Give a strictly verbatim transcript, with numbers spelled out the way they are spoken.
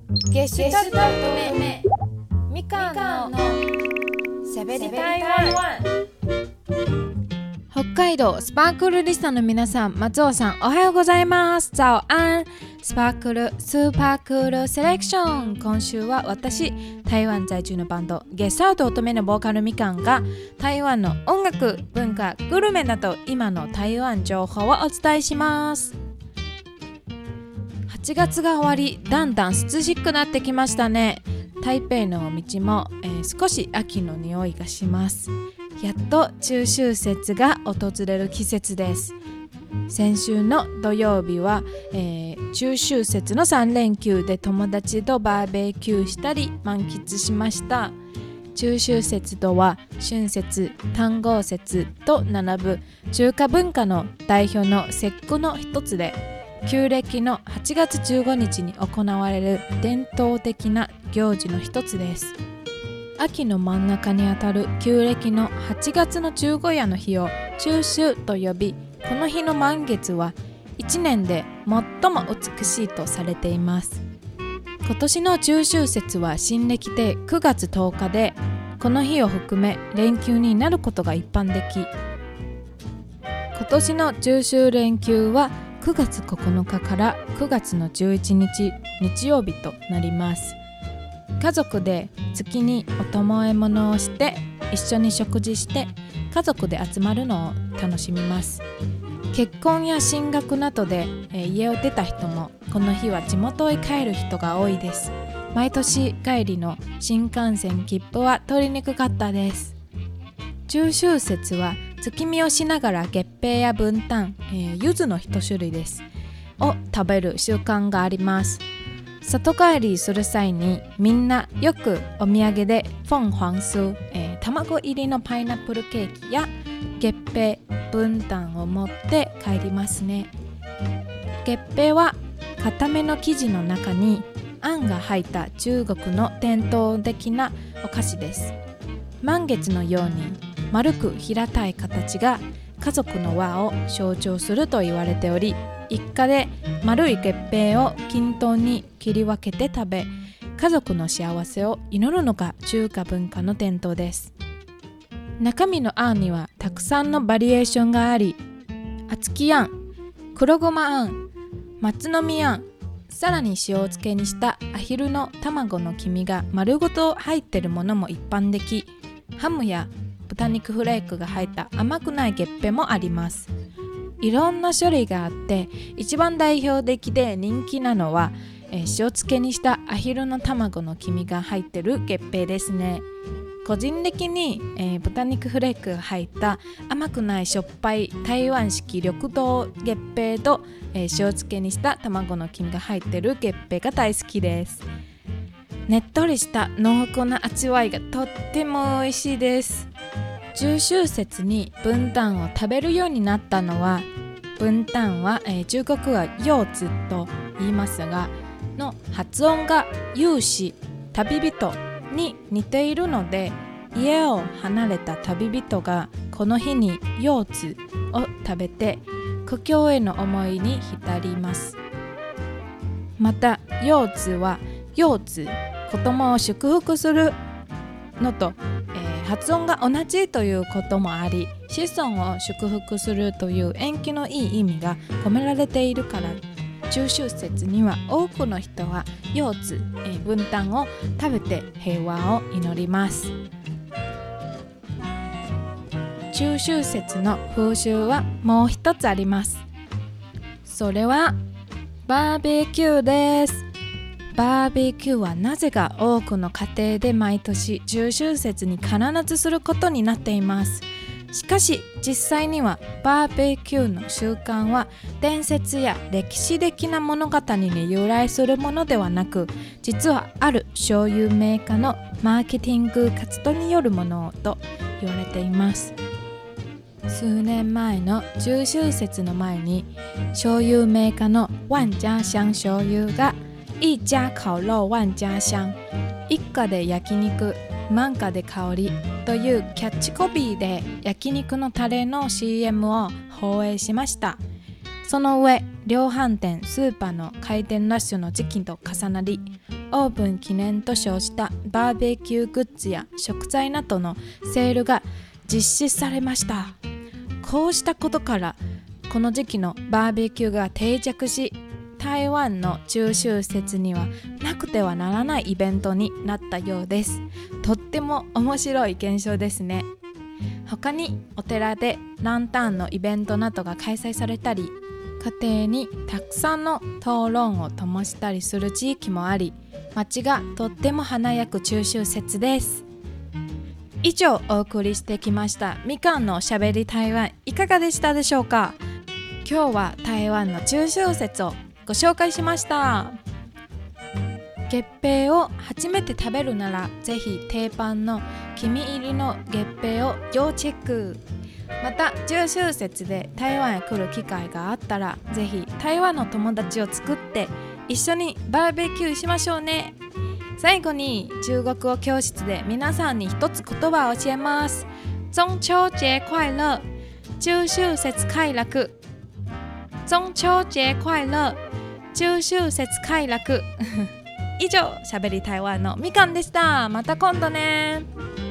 ゲシュタルト目みかんのしゃべり台湾。北海道スパークルリスナーの皆さん、松尾さん、おはようございます。早安。スパークルスーパークールセレクション。今週は私、台湾在住のバンドゲストアウト乙女のボーカルみかんが台湾の音楽、文化、グルメなど今の台湾情報をお伝えします。はちがつが終わり、だんだん涼しくなってきましたね。台北の道も、えー、少し秋の匂いがします。やっと中秋節が訪れる季節です。先週の土曜日は、えー、中秋節のさん連休で友達とバーベキューしたり満喫しました。中秋節とは春節、端午節と並ぶ中華文化の代表の節句の一つで、旧暦のはちがつじゅうごにちに行われる伝統的な行事の一つです。秋の真ん中にあたる旧暦のはちがつの十五夜の日を中秋と呼び、この日の満月はいちねんで最も美しいとされています。今年の中秋節は新暦でくがつとおかで、この日を含め連休になることが一般的。今年の中秋連休はくがつここのかからくがつのじゅういちにち日曜日となります。家族で月にお供え物をして一緒に食事して家族で集まるのを楽しみます。結婚や進学などで、えー、家を出た人もこの日は地元へ帰る人が多いです。毎年帰りの新幹線切符は取りにくかったです。中秋節は月見をしながら月餅や文旦、えー、柚子の一種類ですを食べる習慣があります。里帰りする際にみんなよくお土産で鳳凰酥、えー、卵入りのパイナップルケーキや月餅、文旦を持って帰りますね。月餅は固めの生地の中にあんが入った中国の伝統的なお菓子です。満月のように丸く平たい形が家族の輪を象徴すると言われており、一家で丸い月餅を均等に切り分けて食べ、家族の幸せを祈るのが中華文化の伝統です。中身のあんにはたくさんのバリエーションがあり、小豆あん、黒ごまあん、松の実あん、さらに塩漬けにしたアヒルの卵の黄身が丸ごと入っているものも一般的。ハムや豚肉フレークが入った甘くない月餅もあります。いろんな種類があって、一番代表的で人気なのは、えー、塩漬けにしたアヒルの卵の黄身が入ってる月餅ですね。個人的に、えー、豚肉フレークが入った甘くないしょっぱい台湾式緑豆月餅と、えー、塩漬けにした卵の黄身が入ってる月餅が大好きです。ねっとりした濃厚な味わいがとっても美味しいです。中秋節に文旦を食べるようになったのは、文旦は、えー、中国は柚子と言いますがの発音が有志、旅人に似ているので、家を離れた旅人がこの日に柚子を食べて故郷への思いに浸ります。また柚子は幼子、子供を祝福するのと、えー、発音が同じということもあり、子孫を祝福するという縁起のいい意味が込められているから、中秋節には多くの人は柚子、えー、文旦を食べて平和を祈ります。中秋節の風習はもう一つあります。それはバーベキューです。バーベキューはなぜか多くの家庭で毎年中秋節に必ずすることになっています。しかし実際にはバーベキューの習慣は伝説や歴史的な物語に由来するものではなく、実はある醤油メーカーのマーケティング活動によるものと言われています。数年前の中秋節の前に醤油メーカーの万家香醤油が一家烤肉万家香、一家で焼肉万家で香りというキャッチコピーで焼肉のタレの シーエム を放映しました。 その上、量販店、スーパーの開店ラッシュの時期と重なり、オープン記念と称したバーベキューグッズや食材などのセールが実施されました。こうしたことからこの時期のバーベキューが定着し、台湾の中秋節にはなくてはならないイベントになったようです。とっても面白い現象ですね。他にお寺でランタンのイベントなどが開催されたり、家庭にたくさんの灯籠を灯したりする地域もあり、街がとっても華やく中秋節です。以上お送りしてきましたみかんのおしゃべり台湾、いかがでしたでしょうか。今日は台湾の中秋節をご紹介しました。月餅を初めて食べるならぜひ定番の黄身入りの月餅を要チェック。また中秋節で台湾へ来る機会があったらぜひ台湾の友達を作って一緒にバーベキューしましょうね。最後に中国語教室で皆さんに一つ言葉を教えます。中秋節快樂、中秋節快楽。中秋節快樂、中秋節快楽以上、しゃべり台湾のみかんでした。また今度ね。